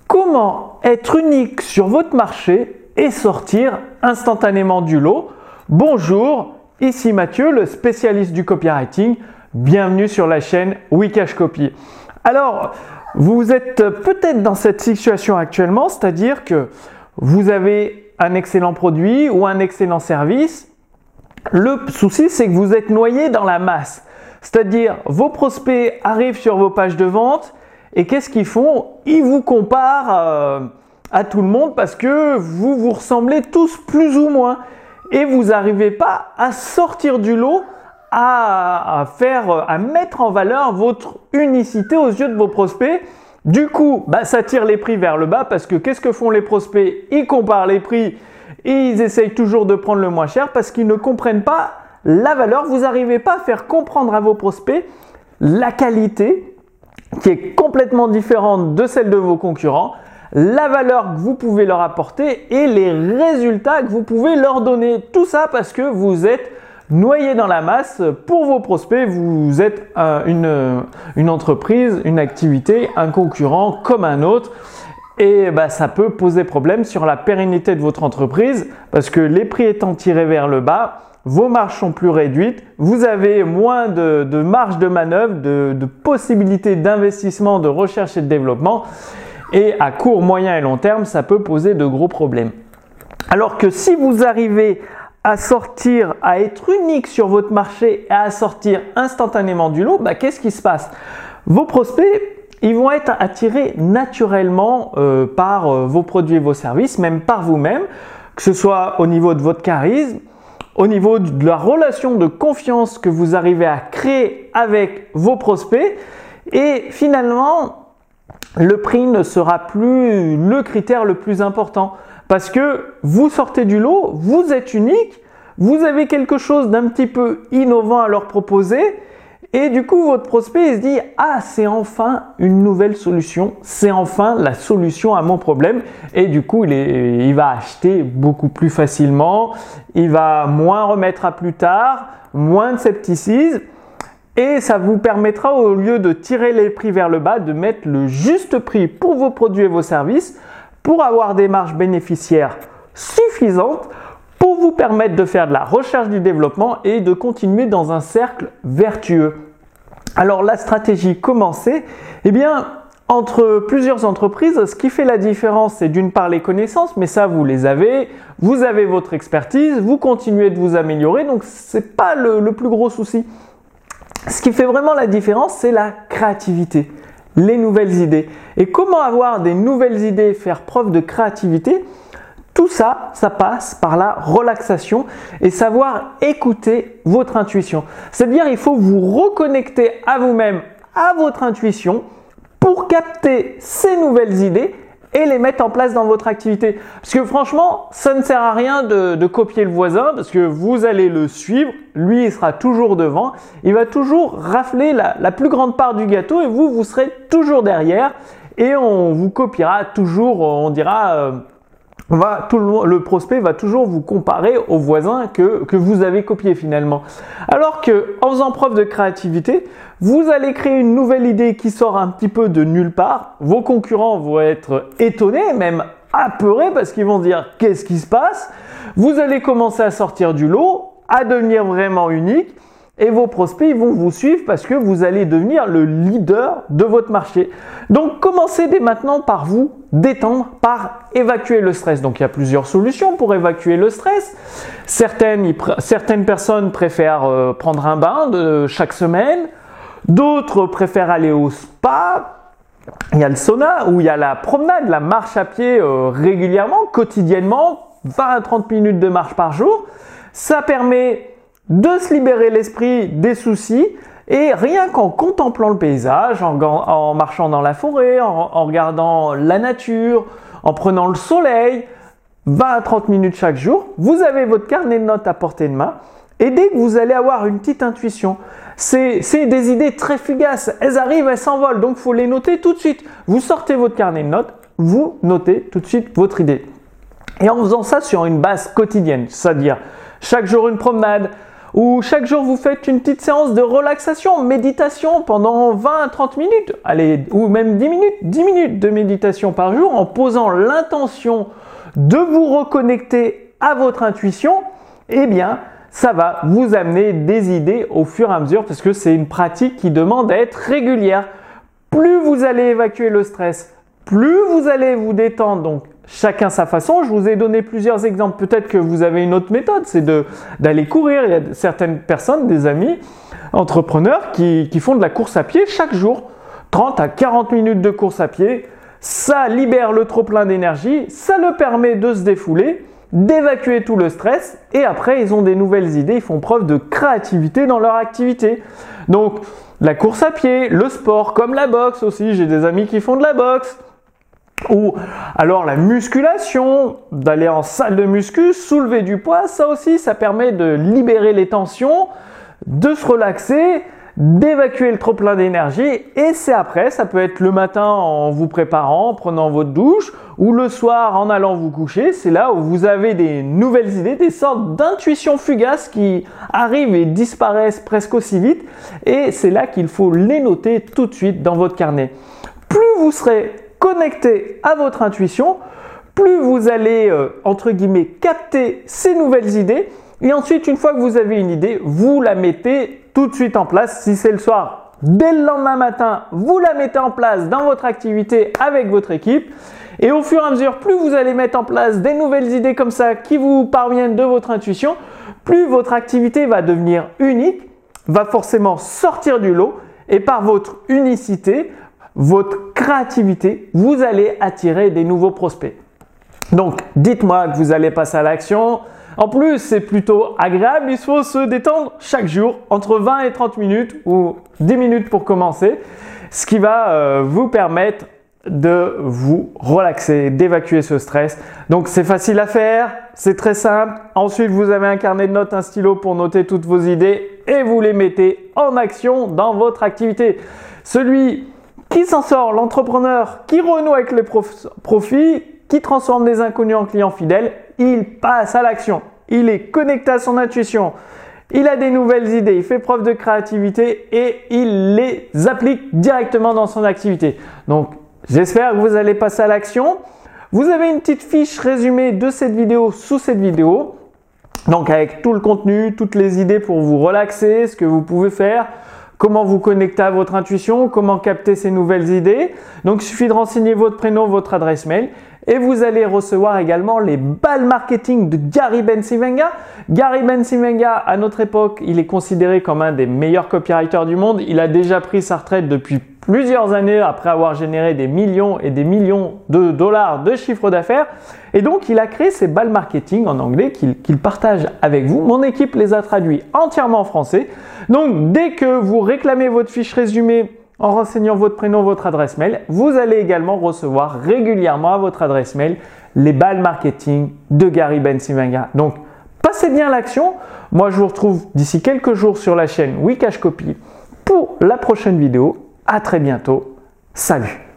Comment être unique sur votre marché et sortir instantanément du lot? Bonjour, ici Mathieu, le spécialiste du copywriting. Bienvenue sur la chaîne Wikash Copy. Alors, vous êtes peut-être dans cette situation actuellement, c'est-à-dire que vous avez un excellent produit ou un excellent service. Le souci, c'est que vous êtes noyé dans la masse. C'est-à-dire, vos prospects arrivent sur vos pages de vente et qu'est-ce qu'ils font? Ils vous comparent à tout le monde parce que vous vous ressemblez tous plus ou moins et vous n'arrivez pas à sortir du lot, à mettre en valeur votre unicité aux yeux de vos prospects. Du coup, ça tire les prix vers le bas parce que qu'est-ce que font les prospects? Ils comparent les prix et ils essayent toujours de prendre le moins cher parce qu'ils ne comprennent pas la valeur. Vous n'arrivez pas à faire comprendre à vos prospects la qualité qui est complètement différente de celle de vos concurrents, la valeur que vous pouvez leur apporter et les résultats que vous pouvez leur donner. Tout ça parce que vous êtes noyé dans la masse. Pour vos prospects, vous êtes une entreprise, une activité, un concurrent comme un autre. Et ça peut poser problème sur la pérennité de votre entreprise parce que les prix étant tirés vers le bas, vos marges sont plus réduites, vous avez moins de marge de manœuvre, de possibilités d'investissement, de recherche et de développement. Et à court, moyen et long terme, ça peut poser de gros problèmes. Alors que si vous arrivez à sortir, à être unique sur votre marché et à sortir instantanément du lot, qu'est-ce qui se passe? Vos prospects, ils vont être attirés naturellement par vos produits et vos services, même par vous-même, que ce soit au niveau de votre charisme, au niveau de la relation de confiance que vous arrivez à créer avec vos prospects. Et finalement, le prix ne sera plus le critère le plus important parce que vous sortez du lot, vous êtes unique, vous avez quelque chose d'un petit peu innovant à leur proposer. Et du coup, votre prospect il se dit « Ah, c'est enfin une nouvelle solution, c'est enfin la solution à mon problème. » Et du coup, il va acheter beaucoup plus facilement, il va moins remettre à plus tard, moins de scepticisme. Et ça vous permettra, au lieu de tirer les prix vers le bas, de mettre le juste prix pour vos produits et vos services pour avoir des marges bénéficiaires suffisantes pour vous permettre de faire de la recherche du développement et de continuer dans un cercle vertueux. Alors la stratégie, comment c'est? Eh bien, entre plusieurs entreprises, ce qui fait la différence, c'est d'une part les connaissances, mais ça vous les avez, vous avez votre expertise, vous continuez de vous améliorer, donc c'est pas le plus gros souci. Ce qui fait vraiment la différence, c'est la créativité, les nouvelles idées. Et comment avoir des nouvelles idées, faire preuve de créativité? Tout ça, ça passe par la relaxation et savoir écouter votre intuition. C'est-à-dire, il faut vous reconnecter à vous-même, à votre intuition pour capter ces nouvelles idées et les mettre en place dans votre activité. Parce que franchement, ça ne sert à rien de copier le voisin parce que vous allez le suivre, lui il sera toujours devant, il va toujours rafler la plus grande part du gâteau et vous serez toujours derrière et on vous copiera toujours, on dira… le prospect va toujours vous comparer au voisin que vous avez copié finalement. Alors que en faisant preuve de créativité, vous allez créer une nouvelle idée qui sort un petit peu de nulle part. Vos concurrents vont être étonnés, même apeurés parce qu'ils vont se dire qu'est-ce qui se passe? Vous allez commencer à sortir du lot, à devenir vraiment unique. Et vos prospects ils vont vous suivre parce que vous allez devenir le leader de votre marché. Donc, commencez dès maintenant par vous détendre, par évacuer le stress. Donc, il y a plusieurs solutions pour évacuer le stress. Certaines personnes préfèrent prendre un bain chaque semaine. D'autres préfèrent aller au spa. Il y a le sauna ou il y a la promenade, la marche à pied régulièrement, quotidiennement, 20 à 30 minutes de marche par jour. Ça permet de se libérer l'esprit des soucis et rien qu'en contemplant le paysage, en marchant dans la forêt, en regardant la nature, en prenant le soleil, 20 à 30 minutes chaque jour, vous avez votre carnet de notes à portée de main et dès que vous allez avoir une petite intuition, c'est des idées très fugaces, elles arrivent, elles s'envolent, donc il faut les noter tout de suite. Vous sortez votre carnet de notes, vous notez tout de suite votre idée. Et en faisant ça sur une base quotidienne, c'est-à-dire chaque jour une promenade, Ou chaque jour vous faites une petite séance de relaxation, méditation pendant 20 à 30 minutes, allez, ou même 10 minutes de méditation par jour en posant l'intention de vous reconnecter à votre intuition, eh bien, ça va vous amener des idées au fur et à mesure parce que c'est une pratique qui demande à être régulière. Plus vous allez évacuer le stress, plus vous allez vous détendre, donc chacun sa façon. Je vous ai donné plusieurs exemples. Peut-être que vous avez une autre méthode, c'est d'aller courir. Il y a certaines personnes, des amis, entrepreneurs qui font de la course à pied chaque jour. 30 à 40 minutes de course à pied. Ça libère le trop-plein d'énergie, ça leur permet de se défouler, d'évacuer tout le stress et après ils ont des nouvelles idées, ils font preuve de créativité dans leur activité. Donc la course à pied, le sport, comme la boxe aussi, j'ai des amis qui font de la boxe. Ou alors la musculation, d'aller en salle de muscu, soulever du poids, ça aussi, ça permet de libérer les tensions, de se relaxer, d'évacuer le trop-plein d'énergie. Et c'est après, ça peut être le matin en vous préparant, en prenant votre douche, ou le soir en allant vous coucher. C'est là où vous avez des nouvelles idées, des sortes d'intuitions fugaces qui arrivent et disparaissent presque aussi vite. Et c'est là qu'il faut les noter tout de suite dans votre carnet. Plus vous serez connecté à votre intuition, plus vous allez, entre guillemets, capter ces nouvelles idées. Et ensuite, une fois que vous avez une idée, vous la mettez tout de suite en place. Si c'est le soir, dès le lendemain matin, vous la mettez en place dans votre activité avec votre équipe. Et au fur et à mesure, plus vous allez mettre en place des nouvelles idées comme ça qui vous parviennent de votre intuition, plus votre activité va devenir unique, va forcément sortir du lot. Et par votre unicité, votre créativité, vous allez attirer des nouveaux prospects. Donc, dites-moi que vous allez passer à l'action. En plus, c'est plutôt agréable. Il faut se détendre chaque jour entre 20 et 30 minutes ou 10 minutes pour commencer, ce qui va vous permettre de vous relaxer, d'évacuer ce stress. Donc, c'est facile à faire, c'est très simple. Ensuite, vous avez un carnet de notes, un stylo pour noter toutes vos idées et vous les mettez en action dans votre activité. Celui qui s'en sort, l'entrepreneur qui renoue avec les profits, qui transforme des inconnus en clients fidèles, il passe à l'action. Il est connecté à son intuition. Il a des nouvelles idées, il fait preuve de créativité et il les applique directement dans son activité. Donc, j'espère que vous allez passer à l'action. Vous avez une petite fiche résumée de cette vidéo sous cette vidéo. Donc, avec tout le contenu, toutes les idées pour vous relaxer, ce que vous pouvez faire, comment vous connecter à votre intuition, comment capter ces nouvelles idées. Donc, il suffit de renseigner votre prénom, votre adresse mail et vous allez recevoir également les balles marketing de Gary Bencivenga. Gary Bencivenga, à notre époque, il est considéré comme un des meilleurs copywriters du monde. Il a déjà pris sa retraite depuis plusieurs années après avoir généré des millions et des millions de dollars de chiffre d'affaires. Et donc, il a créé ces balles marketing en anglais qu'il partage avec vous. Mon équipe les a traduits entièrement en français. Donc, dès que vous réclamez votre fiche résumée en renseignant votre prénom, votre adresse mail, vous allez également recevoir régulièrement à votre adresse mail les balles marketing de Gary Bencivenga. Donc, passez bien à l'action. Moi, je vous retrouve d'ici quelques jours sur la chaîne Wikash Copy pour la prochaine vidéo. À très bientôt. Salut!